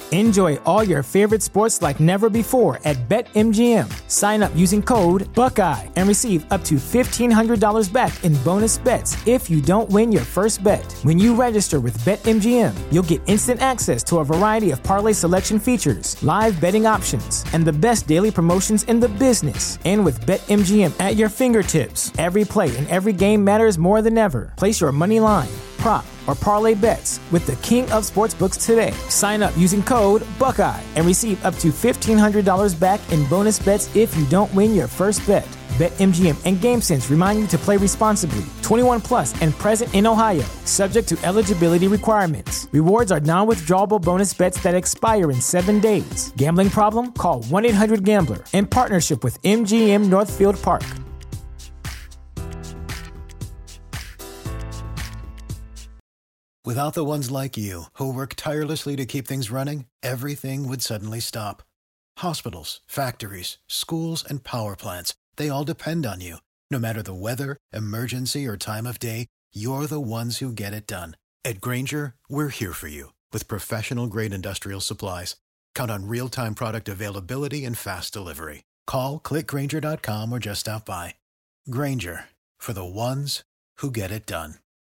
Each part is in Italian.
Enjoy all your favorite sports like never before at BetMGM. Sign up using code Buckeye and receive up to $1,500 back in bonus bets if you don't win your first bet. When you register with BetMGM, you'll get instant access to a variety of parlay selection features, live betting options, and the best daily promotions in the business. And with BetMGM at your fingertips, every play and every game matters more than ever. Place your money line, prop, or parlay bets with the king of sportsbooks today. Sign up using code Buckeye and receive up to $1,500 back in bonus bets if you don't win your first bet. BetMGM and GameSense remind you to play responsibly. 21 plus and present in Ohio, subject to eligibility requirements. Rewards are non-withdrawable bonus bets that expire in 7 days. Gambling problem? Call 1-800-GAMBLER. In partnership with MGM Northfield Park. Without the ones like you, who work tirelessly to keep things running, everything would suddenly stop. Hospitals, factories, schools, and power plants, they all depend on you. No matter the weather, emergency, or time of day, you're the ones who get it done. At Grainger, we're here for you with professional-grade industrial supplies. Count on real-time product availability and fast delivery. Call, click Grainger.com, or just stop by. Grainger, for the ones who get it done.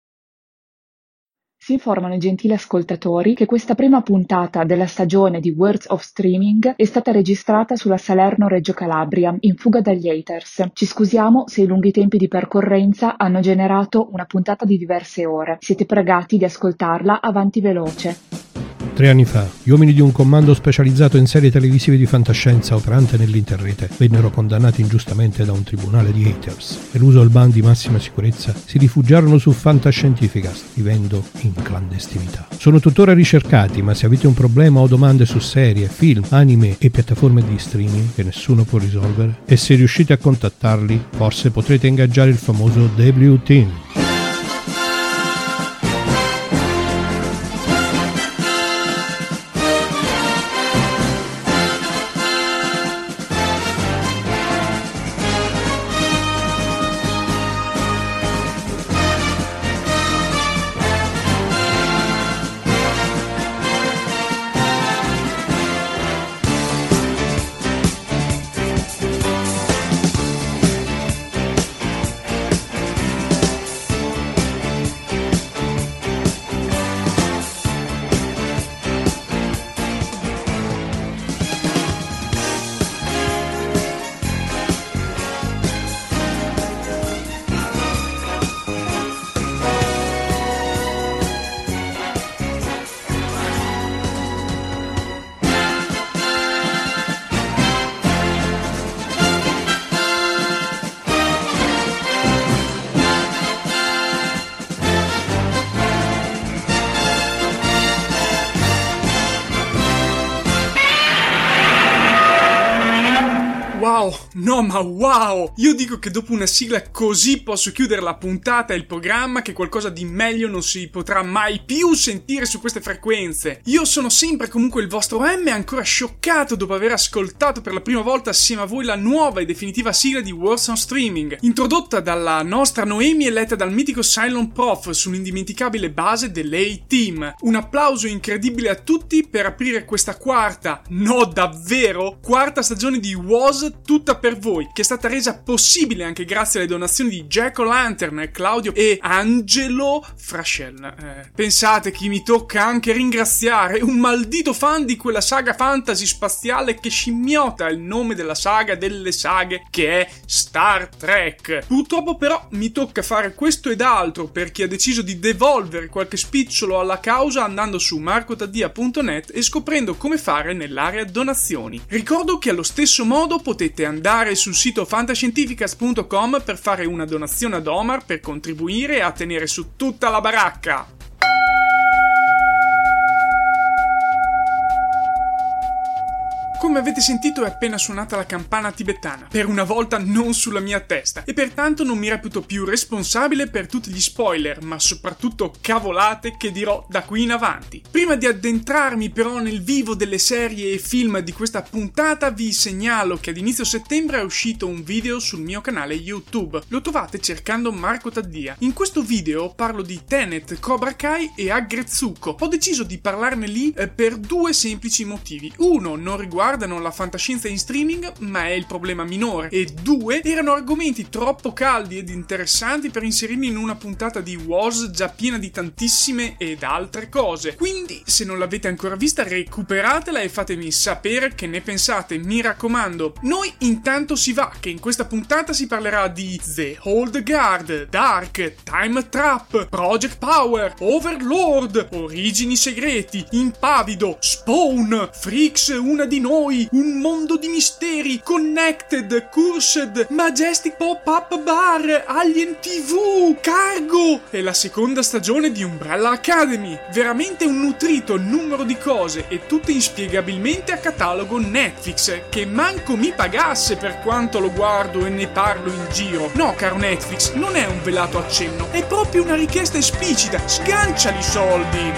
Si informano i gentili ascoltatori che questa prima puntata della stagione di Words of Streaming è stata registrata sulla Salerno-Reggio Calabria, in fuga dagli haters. Ci scusiamo se i lunghi tempi di percorrenza hanno generato una puntata di diverse ore. Siete pregati di ascoltarla avanti veloce. 3 anni fa, gli uomini di un comando specializzato in serie televisive di fantascienza operante nell'interrete vennero condannati ingiustamente da un tribunale di haters. Eluso il ban di massima sicurezza, si rifugiarono su Fantascientificast, vivendo in clandestinità. Sono tuttora ricercati, ma se avete un problema o domande su serie, film, anime e piattaforme di streaming che nessuno può risolvere, e se riuscite a contattarli, forse potrete ingaggiare il famoso W-Team. No, ma wow! Io dico che dopo una sigla così posso chiudere la puntata e il programma, che qualcosa di meglio non si potrà mai più sentire su queste frequenze. Io sono sempre comunque il vostro M, ancora scioccato dopo aver ascoltato per la prima volta assieme a voi la nuova e definitiva sigla di Words on Streaming, introdotta dalla nostra Noemi e letta dal mitico Cylon Prof su un'indimenticabile base dell'A-Team. Un applauso incredibile a tutti per aprire questa quarta stagione di Was tutta per voi, che è stata resa possibile anche grazie alle donazioni di Jack O'Lantern, Claudio e Angelo Frascella. Pensate che mi tocca anche ringraziare un maldito fan di quella saga fantasy spaziale che scimmiotta il nome della saga delle saghe, che è Star Trek. Purtroppo però mi tocca fare questo ed altro per chi ha deciso di devolvere qualche spicciolo alla causa andando su marcotaddia.net e scoprendo come fare nell'area donazioni. Ricordo che allo stesso modo potete andare sul sito fantascientificast.com per fare una donazione ad Omar per contribuire a tenere su tutta la baracca. Come avete sentito è appena suonata la campana tibetana, per una volta non sulla mia testa, e pertanto non mi reputo più responsabile per tutti gli spoiler, ma soprattutto cavolate che dirò da qui in avanti. Prima di addentrarmi però nel vivo delle serie e film di questa puntata, vi segnalo che ad inizio settembre è uscito un video sul mio canale YouTube. Lo trovate cercando Marco Taddia. In questo video parlo di Tenet, Cobra Kai e Aggretsuko. Ho deciso di parlarne lì per due semplici motivi. Uno, non riguardano la fantascienza in streaming, ma è il problema minore. E due, erano argomenti troppo caldi ed interessanti per inserirli in una puntata di WOS già piena di tantissime ed altre cose. Quindi, se non l'avete ancora vista, recuperatela e fatemi sapere che ne pensate. Mi raccomando. Noi intanto si va, che in questa puntata si parlerà di The Old Guard, Dark, Time Trap, Project Power, Overlord, Origini Segreti, Impavido, Spawn, Freaks, Una di Noi, Un Mondo di Misteri, Connected, Cursed, Majestic Pop-Up Bar, Alien TV, Cargo e la seconda stagione di Umbrella Academy. Veramente un nutrito numero di cose e tutte inspiegabilmente a catalogo Netflix, che manco mi pagasse per quanto lo guardo e ne parlo in giro. No, caro Netflix, non è un velato accenno, è proprio una richiesta esplicita. Sganciali i soldi!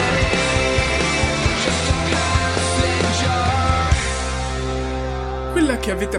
che avete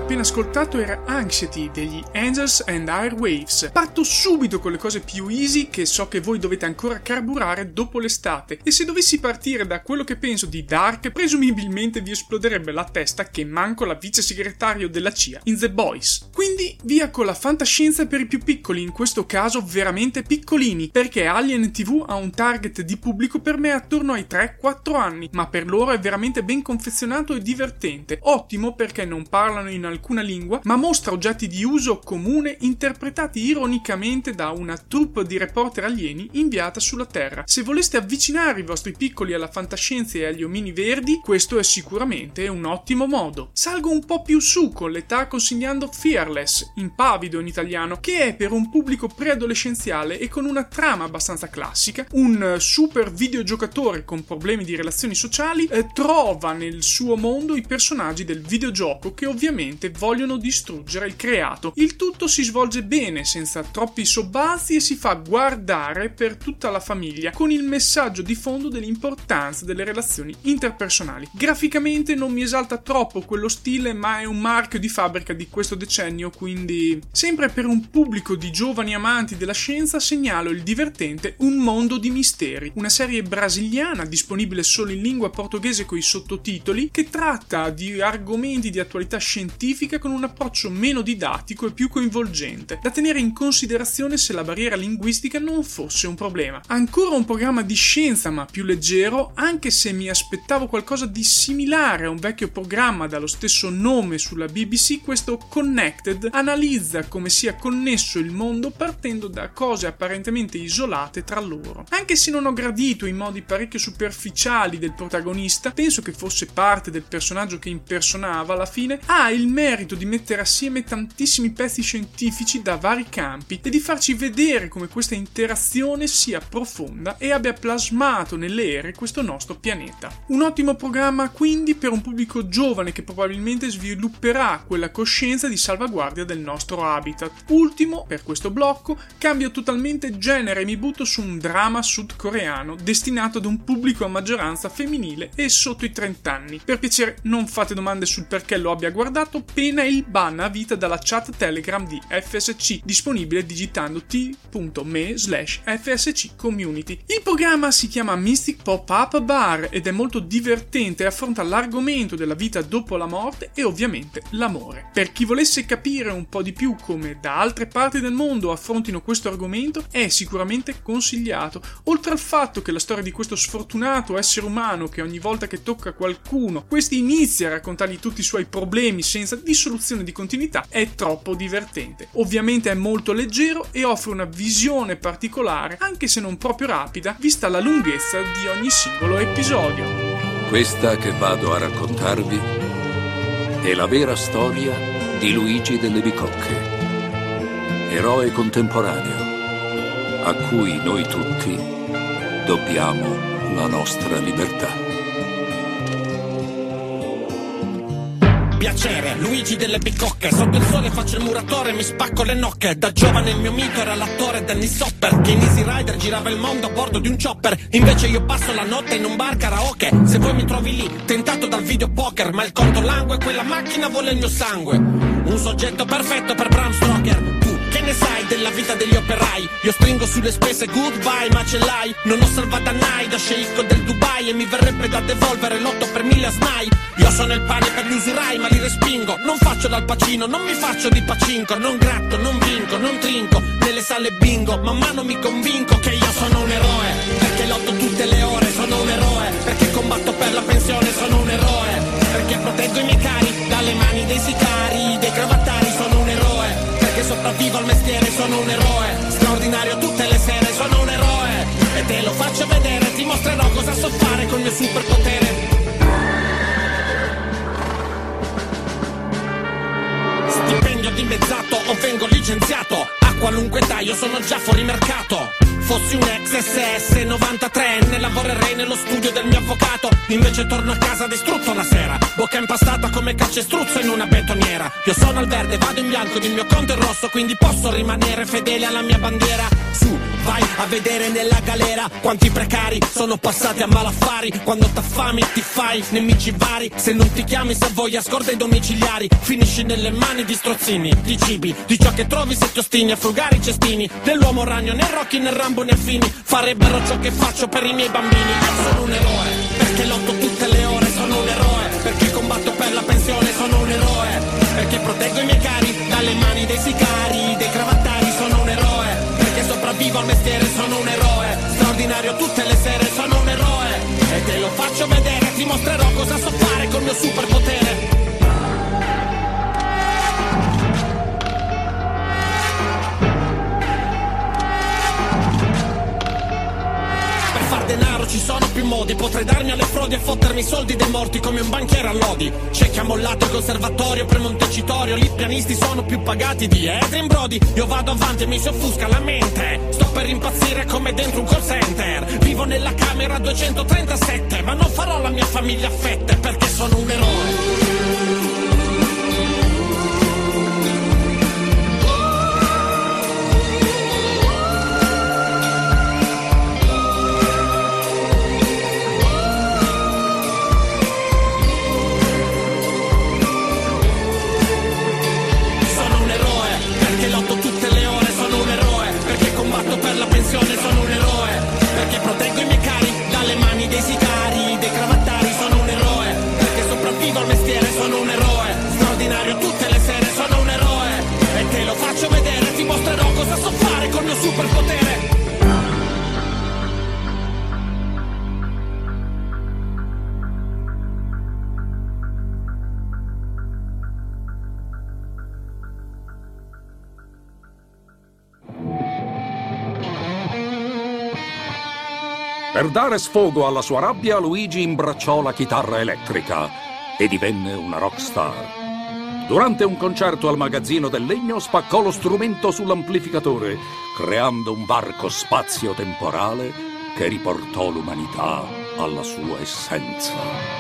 appena ascoltato era Anxiety degli Angels and Airwaves. Parto subito con le cose più easy che so che voi dovete ancora carburare dopo l'estate, e se dovessi partire da quello che penso di Dark, presumibilmente vi esploderebbe la testa che manco la vice segretario della CIA in The Boys. Quindi via con la fantascienza per i più piccoli, in questo caso veramente piccolini, perché Alien TV ha un target di pubblico per me attorno ai 3-4 anni, ma per loro è veramente ben confezionato e divertente. Ottimo perché non parlano in alcuna lingua, ma mostra oggetti di uso comune interpretati ironicamente da una troupe di reporter alieni inviata sulla Terra. Se voleste avvicinare i vostri piccoli alla fantascienza e agli omini verdi, questo è sicuramente un ottimo modo. Salgo un po' più su con l'età consigliando Fearless, Impavido in italiano, che è per un pubblico preadolescenziale e con una trama abbastanza classica. Un super videogiocatore con problemi di relazioni sociali trova nel suo mondo i personaggi del videogioco che ovviamente vogliono distruggere il creato. Il tutto si svolge bene, senza troppi sobbalzi, e si fa guardare per tutta la famiglia, con il messaggio di fondo dell'importanza delle relazioni interpersonali. Graficamente non mi esalta troppo quello stile, ma è un marchio di fabbrica di questo decennio, quindi sempre per un pubblico di giovani amanti della scienza segnalo il divertente Un mondo di misteri, una serie brasiliana disponibile solo in lingua portoghese coi sottotitoli, che tratta di argomenti di attualità scientifica con un approccio meno didattico e più coinvolgente, da tenere in considerazione se la barriera linguistica non fosse un problema. Ancora un programma di scienza ma più leggero, anche se mi aspettavo qualcosa di similare a un vecchio programma dallo stesso nome sulla BBC, questo Connected analizza come sia connesso il mondo partendo da cose apparentemente isolate tra loro. Anche se non ho gradito i modi parecchio superficiali del protagonista, penso che fosse parte del personaggio che impersonava alla fine, ha il merito di mettere assieme tantissimi pezzi scientifici da vari campi e di farci vedere come questa interazione sia profonda e abbia plasmato nelle ere questo nostro pianeta. Un ottimo programma quindi per un pubblico giovane che probabilmente svilupperà quella coscienza di salvaguardia del nostro habitat. Ultimo, per questo blocco, cambio totalmente genere e mi butto su un drama sudcoreano destinato ad un pubblico a maggioranza femminile e sotto i 30 anni. Per piacere non fate domande sul perché lo abbia guardato, pena il ban a vita dalla chat Telegram di FSC, disponibile digitando t.me/FSC Community. Il programma si chiama Mystic Pop-Up Bar ed è molto divertente e affronta l'argomento della vita dopo la morte e ovviamente l'amore. Per chi volesse capire un po' di più come da altre parti del mondo affrontino questo argomento, è sicuramente consigliato, oltre al fatto che la storia di questo sfortunato essere umano che ogni volta che tocca qualcuno questi inizia a raccontargli tutti i suoi problemi senza dissoluzione di continuità, è troppo divertente. Ovviamente è molto leggero e offre una visione particolare, anche se non proprio rapida, vista la lunghezza di ogni singolo episodio. Questa che vado a raccontarvi è la vera storia di Luigi delle Bicocche, eroe contemporaneo a cui noi tutti dobbiamo la nostra libertà. Piacere, Luigi delle Bicocche. Sotto il sole faccio il muratore, mi spacco le nocche. Da giovane il mio mito era l'attore Dennis Hopper, che in Easy Rider girava il mondo a bordo di un chopper. Invece io passo la notte in un bar karaoke. Se vuoi mi trovi lì, tentato dal videopoker, ma il conto langue, quella macchina vuole il mio sangue. Un soggetto perfetto per Bram Stoker. Che ne sai della vita degli operai? Io stringo sulle spese, goodbye, ma ce l'hai. Non ho salvata mai da sceicco del Dubai e mi verrebbe da devolvere l'8 per 1000 a SNAI. Io sono il pane per gli usurai, ma li respingo. Non faccio dal Pacino, non mi faccio di pacinco. Non gratto, non vinco, non trinco nelle sale bingo. Man mano mi convinco che io sono un eroe, perché lotto tutte le ore, sono un eroe, perché combatto per la pensione, sono un eroe, perché proteggo i miei cari dalle mani dei sicari, dei cravattari, sono un eroe, che sopravvivo al mestiere, sono un eroe, straordinario tutte le sere, sono un eroe, e te lo faccio vedere, ti mostrerò cosa so fare col mio superpotere. Stipendio dimezzato o vengo licenziato, a qualunque età io sono già fuori mercato. Fossi un ex SS 93enne, lavorerei nello studio del mio avvocato. Invece torno a casa distrutto la sera, bocca impastata come calcestruzzo in una betoniera. Io sono al verde, vado in bianco, il mio conto è rosso, quindi posso rimanere fedele alla mia bandiera. Su, vai a vedere nella galera quanti precari sono passati a malaffari. Quando t'affami ti fai nemici vari, se non ti chiami se voglia scorda i domiciliari. Finisci nelle mani di strozzini, di cibi, di ciò che trovi se ti ostini a frugare i cestini. Dell'uomo ragno né Rocky né Rambo né Fini farebbero ciò che faccio per i miei bambini. Io sono un eroe perché lotto tutte le ore, sono un eroe perché combatto per la pensione, sono un eroe perché proteggo i miei cari dalle mani dei sicari, dei cravattari. Sono un eroe perché sopravvivo al mestiere, sono un eroe straordinario tutte le sere, sono un eroe e te lo faccio vedere, ti mostrerò cosa so fare col mio superpotere. Denaro ci sono più modi, potrei darmi alle frodi e fottermi i soldi dei morti come un banchiere a lodi. C'è chi ha mollato il conservatorio per Montecitorio, lì i pianisti sono più pagati di Adrien Brody. Io vado avanti e mi si offusca la mente, sto per impazzire come dentro un call center. Vivo nella camera 237, ma non farò la mia famiglia a fette perché sono un eroe. Sono un eroe perché proteggo i miei cari dalle mani dei sicari, dei cravattari. Sono un eroe perché sopravvivo al mestiere, sono un eroe straordinario tutte le sere, sono un eroe e te lo faccio vedere, ti mostrerò cosa so fare col mio superpotere. Per dare sfogo alla sua rabbia, Luigi imbracciò la chitarra elettrica e divenne una rockstar. Durante un concerto al magazzino del legno spaccò lo strumento sull'amplificatore, creando un varco spazio-temporale che riportò l'umanità alla sua essenza.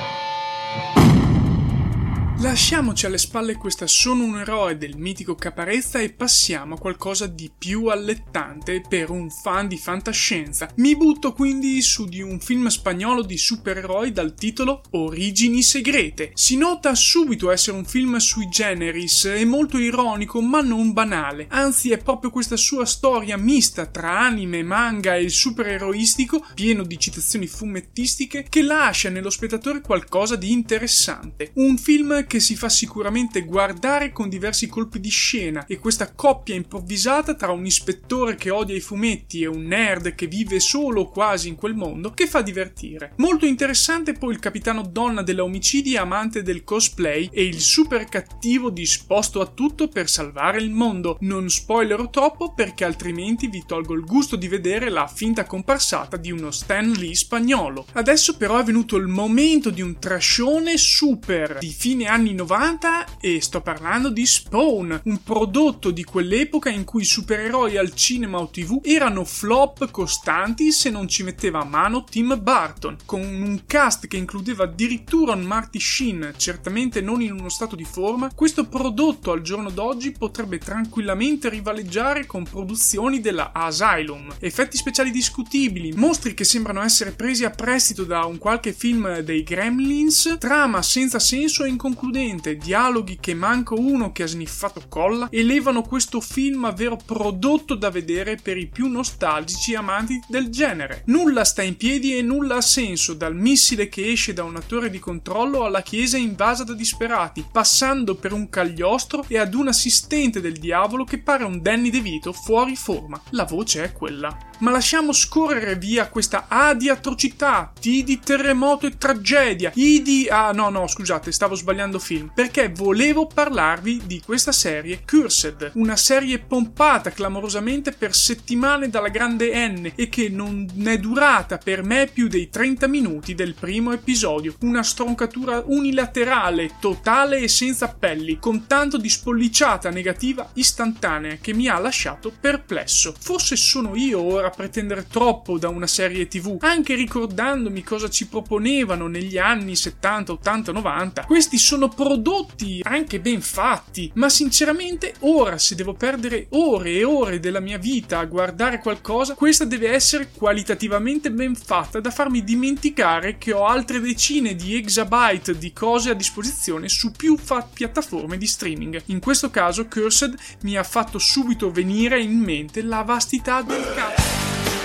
Lasciamoci alle spalle questa Sono un eroe del mitico Caparezza e passiamo a qualcosa di più allettante per un fan di fantascienza. Mi butto quindi su di un film spagnolo di supereroi dal titolo Origini segrete. Si nota subito essere un film sui generis, è molto ironico ma non banale, anzi è proprio questa sua storia mista tra anime, manga e il supereroistico, pieno di citazioni fumettistiche, che lascia nello spettatore qualcosa di interessante. Un film che si fa sicuramente guardare con diversi colpi di scena e questa coppia improvvisata tra un ispettore che odia i fumetti e un nerd che vive solo quasi in quel mondo che fa divertire. Molto interessante poi il capitano donna della omicidi amante del cosplay e il super cattivo disposto a tutto per salvare il mondo. Non spoilerò troppo perché altrimenti vi tolgo il gusto di vedere la finta comparsata di uno Stan Lee spagnolo. Adesso però è venuto il momento di un trashone super di fine anni 90 e sto parlando di Spawn, un prodotto di quell'epoca in cui i supereroi al cinema o TV erano flop costanti se non ci metteva a mano Tim Burton, con un cast che includeva addirittura un Marty Sheen, certamente non in uno stato di forma. Questo prodotto al giorno d'oggi potrebbe tranquillamente rivaleggiare con produzioni della Asylum, effetti speciali discutibili, mostri che sembrano essere presi a prestito da un qualche film dei Gremlins, trama senza senso e inconcludente, dialoghi che manco uno che ha sniffato colla, elevano questo film a vero prodotto da vedere per i più nostalgici amanti del genere. Nulla sta in piedi e nulla ha senso, dal missile che esce da una torre di controllo alla chiesa invasa da disperati, passando per un cagliostro e ad un assistente del diavolo che pare un Danny DeVito fuori forma. La voce è quella. Ma lasciamo scorrere via questa A di atrocità, T di terremoto e tragedia, I di... scusate, stavo sbagliando film, perché volevo parlarvi di questa serie Cursed, una serie pompata clamorosamente per settimane dalla grande N e che non è durata per me più dei 30 minuti del primo episodio, una stroncatura unilaterale, totale e senza appelli, con tanto di spolliciata negativa istantanea che mi ha lasciato perplesso. Forse sono io ora a pretendere troppo da una serie TV, anche ricordandomi cosa ci proponevano negli anni 70, 80, 90. Questi sono sono prodotti anche ben fatti, ma sinceramente ora se devo perdere ore e ore della mia vita a guardare qualcosa, questa deve essere qualitativamente ben fatta da farmi dimenticare che ho altre decine di exabyte di cose a disposizione su più piattaforme di streaming. In questo caso Cursed mi ha fatto subito venire in mente la vastità del cazzo.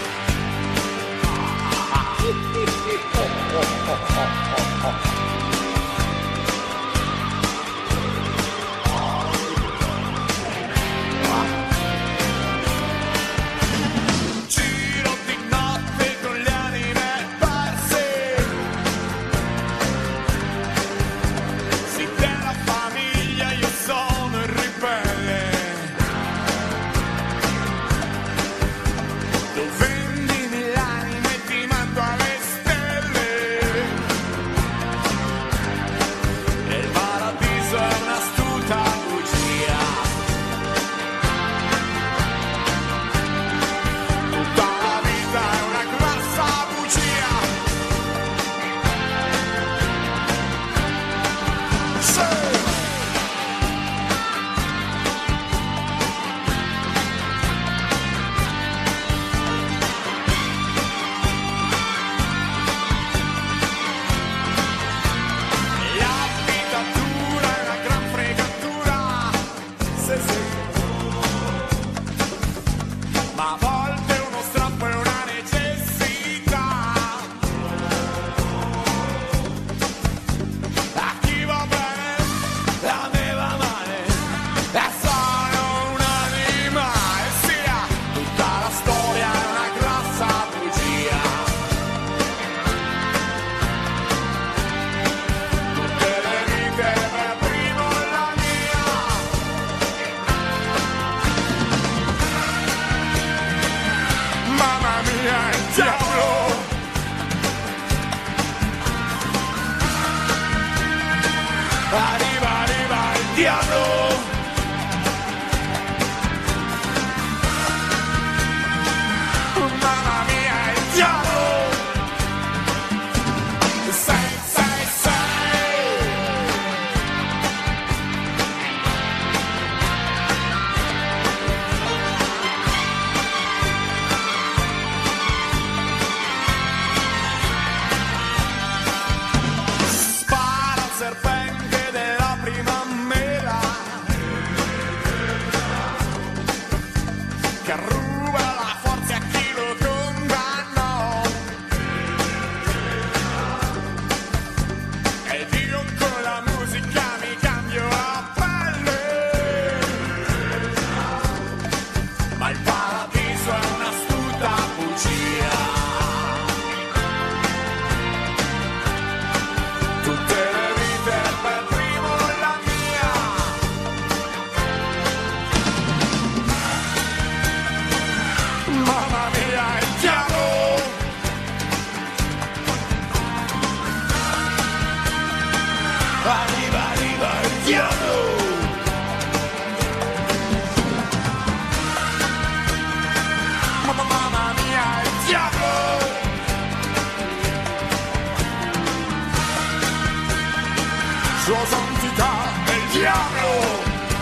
Sua santità è il diavolo.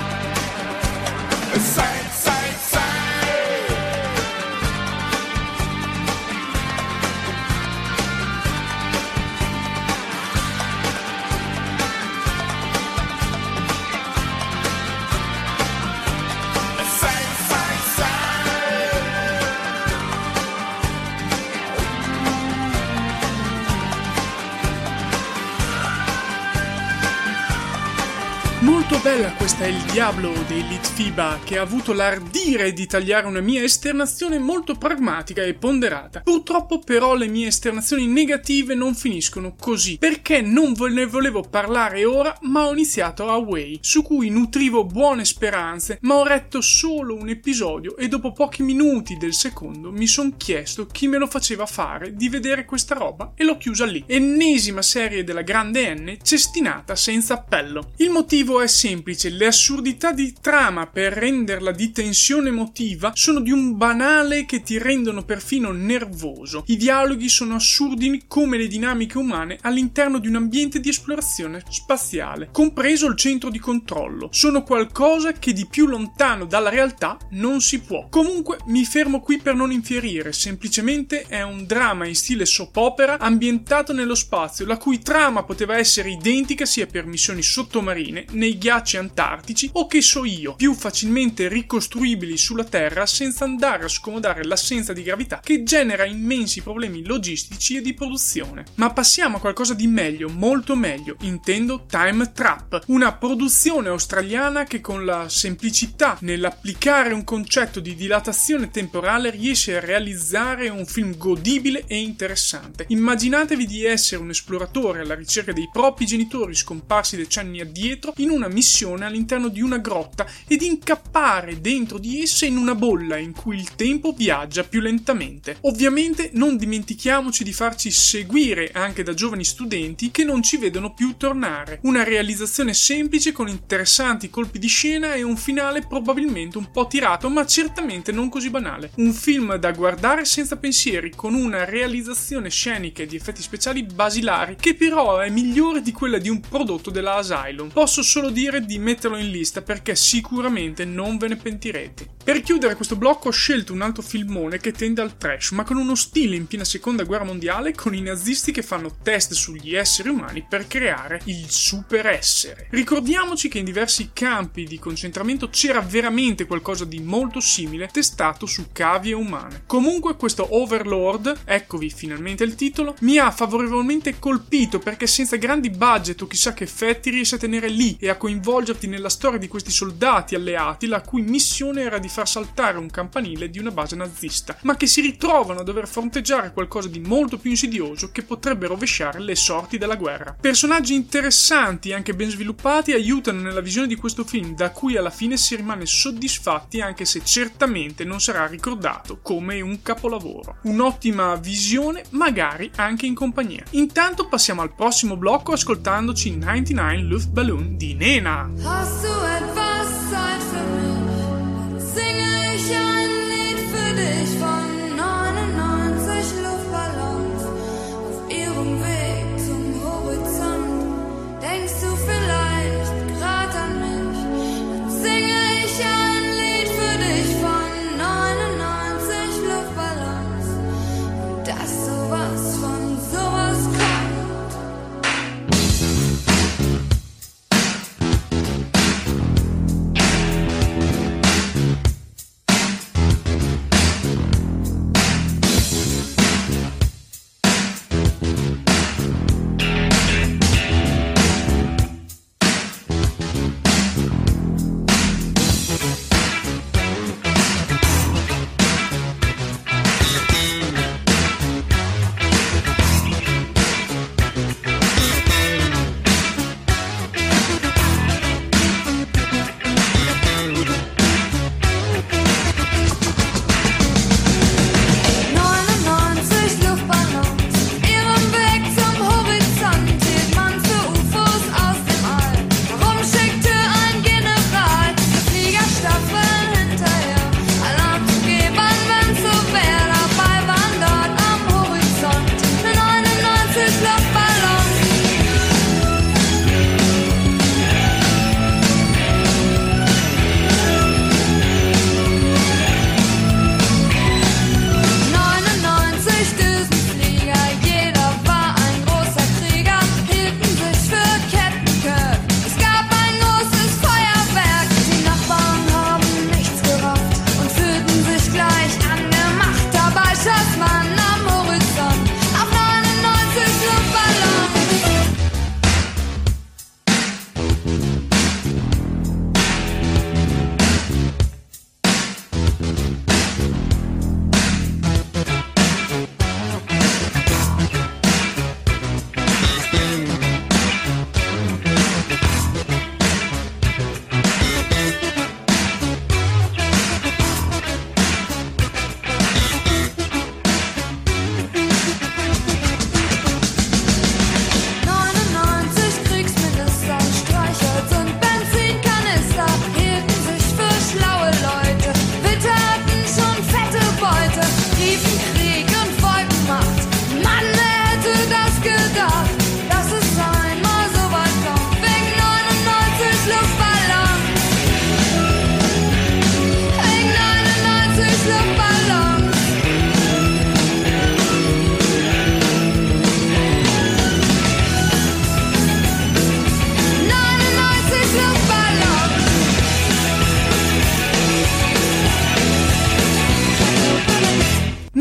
Molto bella questa è il Diablo dei Litfiba, che ha avuto l'ardire di tagliare una mia esternazione molto pragmatica e ponderata. Purtroppo però le mie esternazioni negative non finiscono così, perché non ve ne volevo parlare ora, ma ho iniziato Away, su cui nutrivo buone speranze, ma ho retto solo un episodio e dopo pochi minuti del secondo mi son chiesto chi me lo faceva fare di vedere questa roba e l'ho chiusa lì. Ennesima serie della grande N cestinata senza appello. Il motivo è semplice. semplice, le assurdità di trama per renderla di tensione emotiva sono di un banale che ti rendono perfino nervoso. I dialoghi sono assurdi come le dinamiche umane all'interno di un ambiente di esplorazione spaziale, compreso il centro di controllo. Sono qualcosa che di più lontano dalla realtà non si può. Comunque mi fermo qui per non infierire, semplicemente è un dramma in stile soap opera ambientato nello spazio, la cui trama poteva essere identica sia per missioni sottomarine, nei ghiacci antartici o che so io, più facilmente ricostruibili sulla Terra senza andare a scomodare l'assenza di gravità che genera immensi problemi logistici e di produzione. Ma passiamo a qualcosa di meglio, molto meglio, intendo Time Trap, una produzione australiana che con la semplicità nell'applicare un concetto di dilatazione temporale riesce a realizzare un film godibile e interessante. Immaginatevi di essere un esploratore alla ricerca dei propri genitori scomparsi decenni addietro in una missione all'interno di una grotta ed incappare dentro di essa in una bolla in cui il tempo viaggia più lentamente. Ovviamente non dimentichiamoci di farci seguire anche da giovani studenti che non ci vedono più tornare. Una realizzazione semplice con interessanti colpi di scena e un finale probabilmente un po' tirato, ma certamente non così banale. Un film da guardare senza pensieri, con una realizzazione scenica e di effetti speciali basilari, che però è migliore di quella di un prodotto della Asylum. Posso solo dire di metterlo in lista perché sicuramente non ve ne pentirete. Per chiudere questo blocco ho scelto un altro filmone che tende al trash, ma con uno stile in piena seconda guerra mondiale, con i nazisti che fanno test sugli esseri umani per creare il superessere. Ricordiamoci che in diversi campi di concentramento c'era veramente qualcosa di molto simile testato su cavie umane. Comunque questo Overlord, eccovi finalmente il titolo, mi ha favorevolmente colpito perché senza grandi budget o chissà che effetti riesce a tenere lì e a coinvolgerti nella storia di questi soldati alleati la cui missione era di far saltare un campanile di una base nazista, ma che si ritrovano a dover fronteggiare qualcosa di molto più insidioso che potrebbe rovesciare le sorti della guerra. Personaggi interessanti e anche ben sviluppati aiutano nella visione di questo film, da cui alla fine si rimane soddisfatti anche se certamente non sarà ricordato come un capolavoro. Un'ottima visione, magari anche in compagnia. Intanto passiamo al prossimo blocco ascoltandoci 99 Luftballon di Nena. Hast du etwas Zeit für mich? Singe ich ein Lied für dich von 99 Luftballons auf ihrem Weg zum Horizont. Denkst du vielleicht grad an mich? Dann singe ich ein Lied für dich von 99 Luftballons und dass sowas von sowas kommt.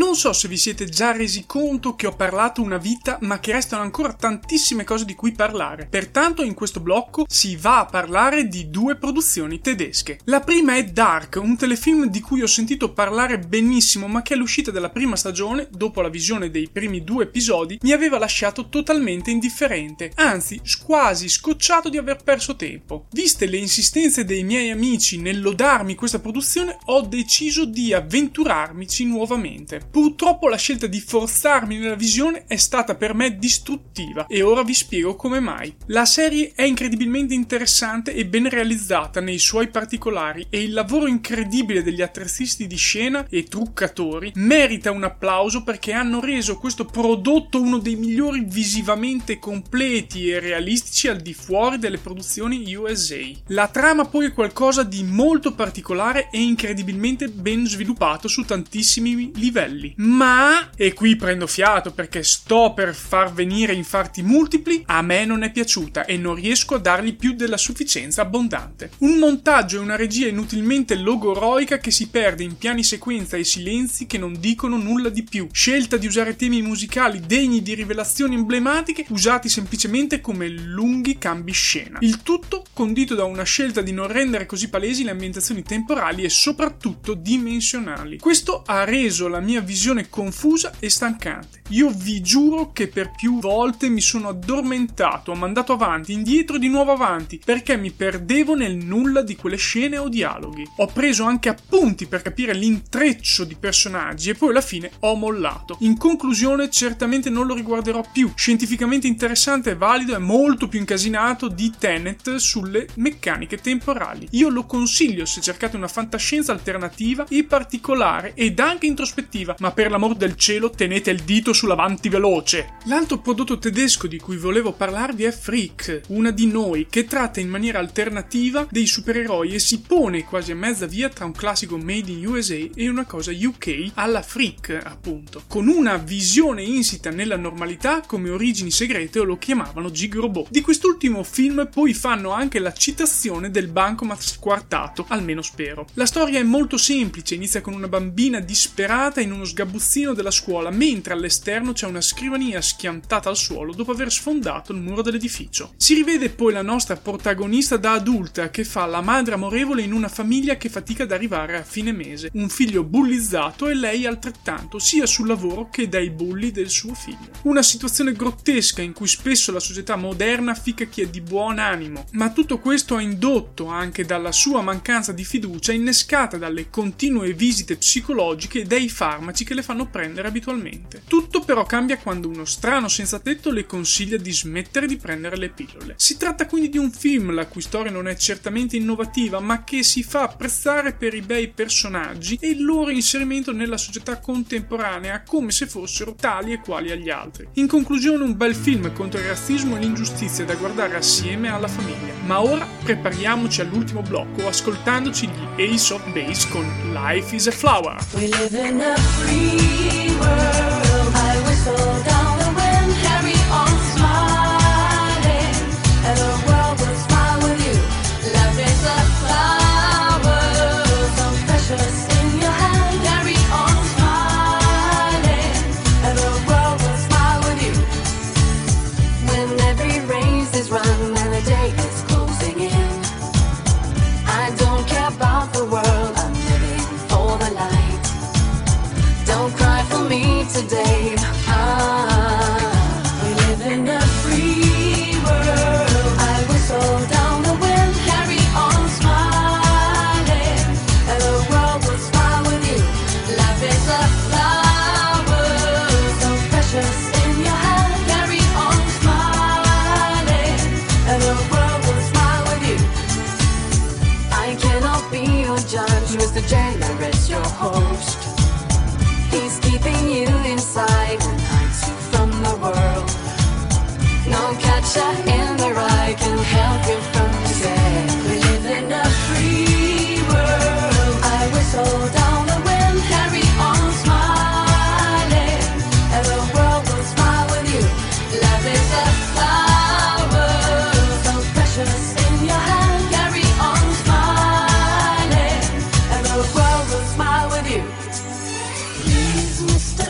Non so se vi siete già resi conto che ho parlato una vita, ma che restano ancora tantissime cose di cui parlare. Pertanto in questo blocco si va a parlare di 2 produzioni tedesche. La prima è Dark, un telefilm di cui ho sentito parlare benissimo, ma che all'uscita della prima stagione, dopo la visione dei primi 2 episodi, mi aveva lasciato totalmente indifferente, anzi quasi scocciato di aver perso tempo. Viste le insistenze dei miei amici nel lodarmi questa produzione, ho deciso di avventurarmici nuovamente. Purtroppo la scelta di forzarmi nella visione è stata per me distruttiva e ora vi spiego come mai. La serie è incredibilmente interessante e ben realizzata nei suoi particolari e il lavoro incredibile degli attrezzisti di scena e truccatori merita un applauso perché hanno reso questo prodotto uno dei migliori visivamente completi e realistici al di fuori delle produzioni USA. La trama poi è qualcosa di molto particolare e incredibilmente ben sviluppato su tantissimi livelli. Ma, e qui prendo fiato perché sto per far venire infarti multipli, a me non è piaciuta e non riesco a dargli più della sufficienza abbondante. Un montaggio e una regia inutilmente logoroica che si perde in piani sequenza e silenzi che non dicono nulla di più. Scelta di usare temi musicali degni di rivelazioni emblematiche usati semplicemente come lunghi cambi scena. Il tutto condito da una scelta di non rendere così palesi le ambientazioni temporali e soprattutto dimensionali. Questo ha reso la mia visione confusa e stancante. Io vi giuro che per più volte mi sono addormentato, ho mandato avanti, indietro e di nuovo avanti, perché mi perdevo nel nulla di quelle scene o dialoghi. Ho preso anche appunti per capire l'intreccio di personaggi e poi alla fine ho mollato. In conclusione, certamente non lo riguarderò più. Scientificamente interessante e valido e molto più incasinato di Tenet sulle meccaniche temporali. Io lo consiglio se cercate una fantascienza alternativa e particolare ed anche introspettiva, ma per l'amor del cielo tenete il dito sull'avanti veloce. L'altro prodotto tedesco di cui volevo parlarvi è Freak, una di noi, che tratta in maniera alternativa dei supereroi e si pone quasi a mezza via tra un classico made in USA e una cosa UK alla Freak, appunto, con una visione insita nella normalità come origini segrete o lo chiamavano Gig Robot. Di quest'ultimo film poi fanno anche la citazione del bancomat squartato, almeno spero. La storia è molto semplice, inizia con una bambina disperata in uno sgabuzzino della scuola, mentre all'esterno c'è una scrivania schiantata al suolo dopo aver sfondato il muro dell'edificio. Si rivede poi la nostra protagonista da adulta che fa la madre amorevole in una famiglia che fatica ad arrivare a fine mese, un figlio bullizzato e lei altrettanto, sia sul lavoro che dai bulli del suo figlio. Una situazione grottesca in cui spesso la società moderna ficca chi è di buon animo, ma tutto questo è indotto anche dalla sua mancanza di fiducia innescata dalle continue visite psicologiche e dai farmaci che le fanno prendere abitualmente. Tutto però cambia quando uno strano senza tetto le consiglia di smettere di prendere le pillole. Si tratta quindi di un film la cui storia non è certamente innovativa, ma che si fa apprezzare per i bei personaggi e il loro inserimento nella società contemporanea come se fossero tali e quali agli altri. In conclusione, un bel film contro il razzismo e l'ingiustizia da guardare assieme alla famiglia. Ma ora prepariamoci all'ultimo blocco ascoltandoci gli Ace of Base con Life is a Flower. We live in a free world. I whistle down the wind, carry on smiling, and the world will smile with you. Life is a flower, so precious in your hand. Carry on smiling, and the world will smile with you. When every race is run and the day is closing in, I don't care about the world, I'm living for the light. Don't cry for me today. We live in a free world. I whistle down the wind, carry on smiling, and the world will smile with you. Life is a flower, so precious in your hand. Carry on smiling, and the world will smile with you. I cannot be your judge, Mr. Generous, your host. He's keeping you inside and hides you from the world. No catcher in the rye can help you from today. We live in a free world. I whistle down the wind, carry on smiling, and the world will smile with you. Love is a flower, so precious in your hand. Carry on smiling, and the world will smile with you. Please, Mr.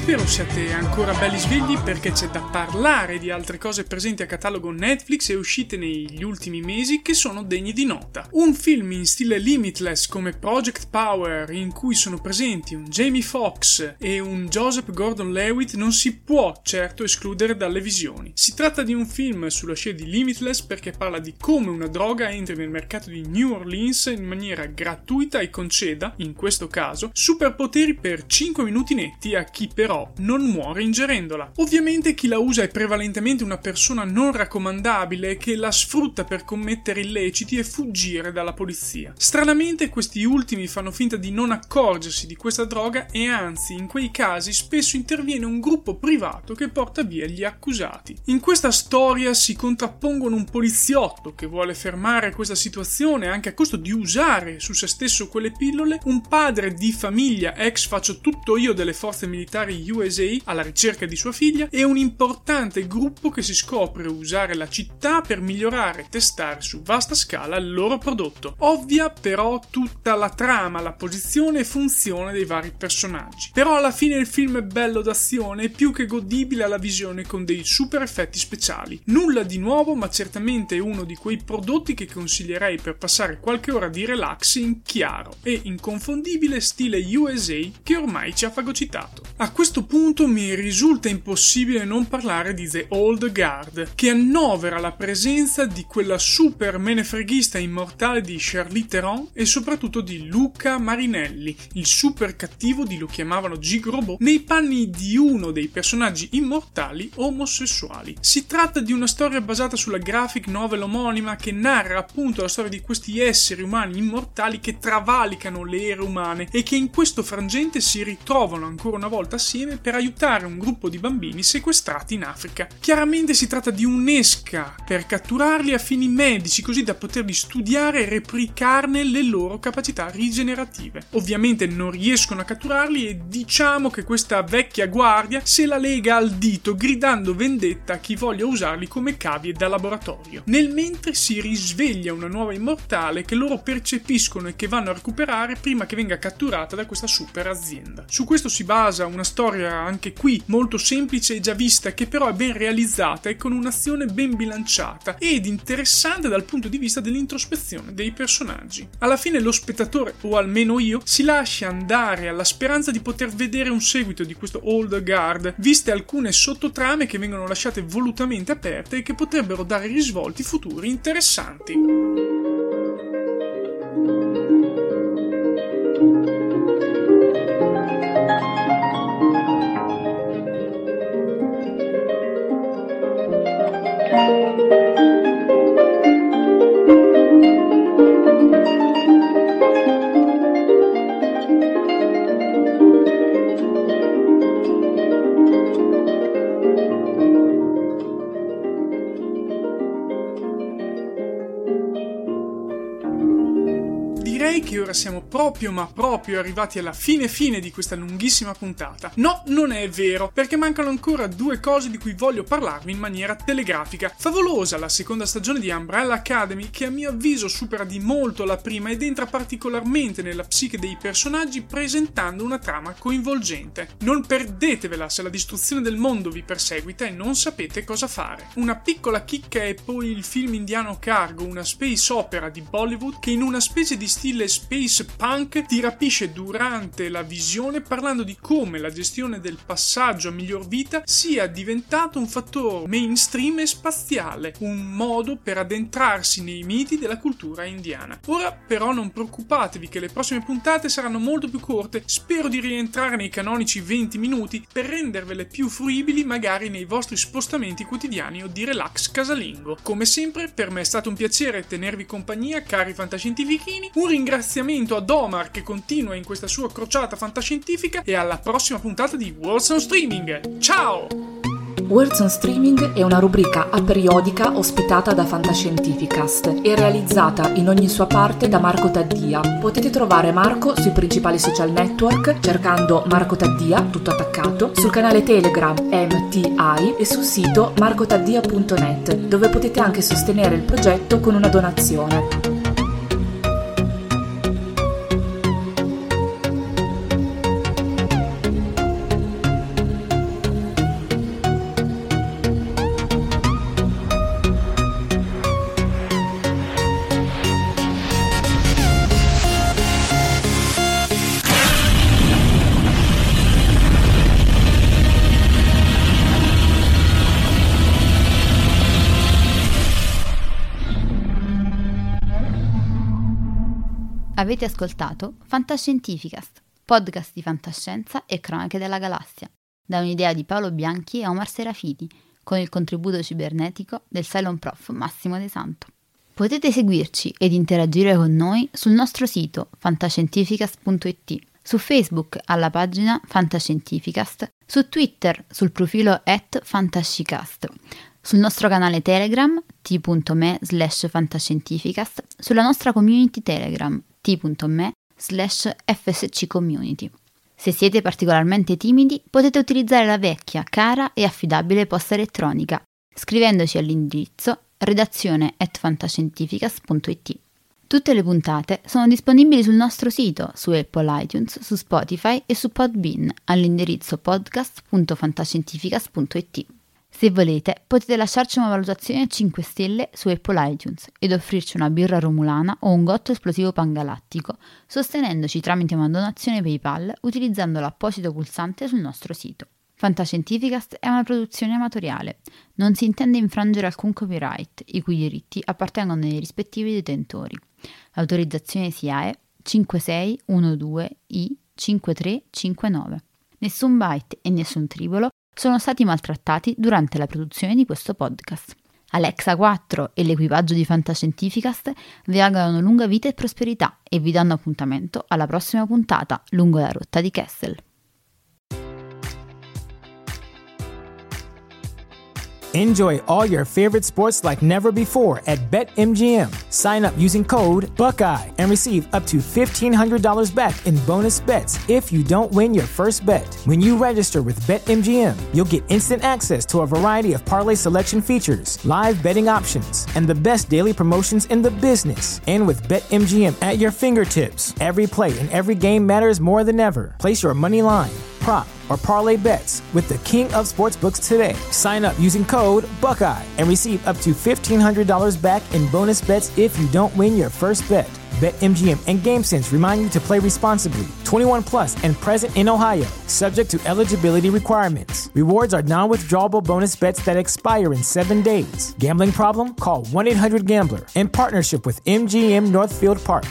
spero siate ancora belli svegli perché c'è da parlare di altre cose presenti a catalogo Netflix e uscite negli ultimi mesi che sono degni di nota. Un film in stile Limitless come Project Power, in cui sono presenti un Jamie Foxx e un Joseph Gordon-Levitt, non si può certo escludere dalle visioni. Si tratta di un film sulla scia di Limitless perché parla di come una droga entri nel mercato di New Orleans in maniera gratuita e conceda, in questo caso, superpoteri per 5 minuti netti a chi però non muore ingerendola. Ovviamente chi la usa è prevalentemente una persona non raccomandabile che la sfrutta per commettere illeciti e fuggire dalla polizia. Stranamente questi ultimi fanno finta di non accorgersi di questa droga e anzi in quei casi spesso interviene un gruppo privato che porta via gli accusati. In questa storia si contrappongono un poliziotto che vuole fermare questa situazione anche a costo di usare su se stesso quelle pillole, un padre di famiglia ex faccio tutto io delle forze militari USA alla ricerca di sua figlia e un importante gruppo che si scopre usare la città per migliorare e testare su vasta scala il loro prodotto. Ovvia però tutta la trama, la posizione e funzione dei vari personaggi. Però alla fine il film è bello d'azione e più che godibile alla visione con dei super effetti speciali. Nulla di nuovo, ma certamente uno di quei prodotti che consiglierei per passare qualche ora di relax in chiaro e inconfondibile stile USA che ormai ci ha fagocitato. A questo punto mi risulta impossibile non parlare di The Old Guard, che annovera la presenza di quella super menefreghista immortale di Charlize Theron e soprattutto di Luca Marinelli, il super cattivo di Lo chiamavano Gigrobo, nei panni di uno dei personaggi immortali omosessuali. Si tratta di una storia basata sulla graphic novel omonima che narra appunto la storia di questi esseri umani immortali che travalicano le ere umane e che in questo frangente si ritrovano ancora una volta assieme per aiutare un gruppo di bambini sequestrati in Africa. Chiaramente si tratta di un'esca per catturarli a fini medici così da poterli studiare e replicarne le loro capacità rigenerative. Ovviamente non riescono a catturarli e diciamo che questa vecchia guardia se la lega al dito gridando vendetta a chi voglia usarli come cavie da laboratorio. Nel mentre si risveglia una nuova immortale che loro percepiscono e che vanno a recuperare prima che venga catturata da questa super azienda. Su questo si basa una storia anche qui molto semplice e già vista, che però è ben realizzata e con un'azione ben bilanciata ed interessante dal punto di vista dell'introspezione dei personaggi. Alla fine lo spettatore, o almeno io, si lascia andare alla speranza di poter vedere un seguito di questo Old Guard, viste alcune sottotrame che vengono lasciate volutamente aperte e che potrebbero dare risvolti futuri interessanti. Che ora siamo proprio arrivati alla fine di questa lunghissima puntata. No, non è vero, perché mancano ancora due cose di cui voglio parlarvi in maniera telegrafica. Favolosa la seconda stagione di Umbrella Academy, che a mio avviso supera di molto la prima ed entra particolarmente nella psiche dei personaggi presentando una trama coinvolgente. Non perdetevela se la distruzione del mondo vi perseguita e non sapete cosa fare. Una piccola chicca è poi il film indiano Cargo, una space opera di Bollywood che in una specie di stile space punk ti rapisce durante la visione parlando di come la gestione del passaggio a miglior vita sia diventato un fattore mainstream e spaziale, un modo per addentrarsi nei miti della cultura indiana. Ora però non preoccupatevi che le prossime puntate saranno molto più corte, spero di rientrare nei canonici 20 minuti per rendervele più fruibili magari nei vostri spostamenti quotidiani o di relax casalingo. Come sempre per me è stato un piacere tenervi compagnia, cari fantascientifichini, un ringraziamento ad Omar che continua in questa sua crociata fantascientifica e alla prossima puntata di Worlds on Streaming. Ciao! Worlds on Streaming è una rubrica aperiodica ospitata da Fantascientificast e realizzata in ogni sua parte da Marco Taddia. Potete trovare Marco sui principali social network cercando Marco Taddia, tutto attaccato, sul canale Telegram MTI e sul sito marcotaddia.net, dove potete anche sostenere il progetto con una donazione. Avete ascoltato Fantascientificast, podcast di fantascienza e cronache della galassia, da un'idea di Paolo Bianchi e Omar Serafiti, con il contributo cibernetico del Cylon Prof Massimo De Santo. Potete seguirci ed interagire con noi sul nostro sito fantascientificast.it, su Facebook alla pagina Fantascientificast, su Twitter sul profilo @fantascicast, sul nostro canale Telegram t.me/fantascientificast, sulla nostra community Telegram t.me/fsccommunity. Se siete particolarmente timidi, potete utilizzare la vecchia, cara e affidabile posta elettronica, scrivendoci all'indirizzo redazione@fantascientificast.it. Tutte le puntate sono disponibili sul nostro sito, su Apple iTunes, su Spotify e su Podbean, all'indirizzo podcast.fantascientificast.it. Se volete, potete lasciarci una valutazione a 5 stelle su Apple iTunes ed offrirci una birra romulana o un gotto esplosivo pangalattico, sostenendoci tramite una donazione PayPal utilizzando l'apposito pulsante sul nostro sito. Fantascientificast è una produzione amatoriale. Non si intende infrangere alcun copyright, i cui diritti appartengono ai rispettivi detentori. L'autorizzazione SIAE 5612I5359. Nessun byte e nessun tribolo sono stati maltrattati durante la produzione di questo podcast. Alexa 4 e l'equipaggio di Fantascientificast vi augurano lunga vita e prosperità e vi danno appuntamento alla prossima puntata lungo la rotta di Kessel. Enjoy all your favorite sports like never before at BetMGM. Sign up using code Buckeye and receive up to $1,500 back in bonus bets if you don't win your first bet. When you register with BetMGM, you'll get instant access to a variety of parlay selection features, live betting options, and the best daily promotions in the business. And with BetMGM at your fingertips, every play and every game matters more than ever. Place your money line, prop, or parlay bets with the king of sportsbooks today. Sign up using code Buckeye and receive up to $1,500 back in bonus bets if you don't win your first bet. BetMGM and GameSense remind you to play responsibly. 21 plus and present in Ohio, subject to eligibility requirements. Rewards are non-withdrawable bonus bets that expire in 7 days. Gambling problem? Call 1-800-GAMBLER. In partnership with MGM Northfield Park.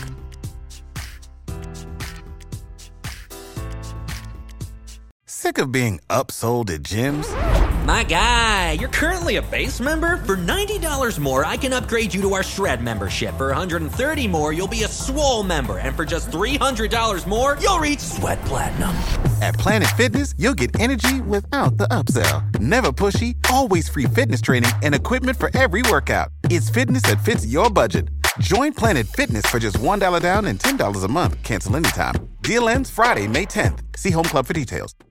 Sick of being upsold at gyms? My guy, you're currently a base member? For $90 more, I can upgrade you to our Shred membership. For $130 more, you'll be a Swole member. And for just $300 more, you'll reach Sweat Platinum. At Planet Fitness, you'll get energy without the upsell. Never pushy, always free fitness training and equipment for every workout. It's fitness that fits your budget. Join Planet Fitness for just $1 down and $10 a month. Cancel anytime. Deal ends Friday, May 10th. See Home Club for details.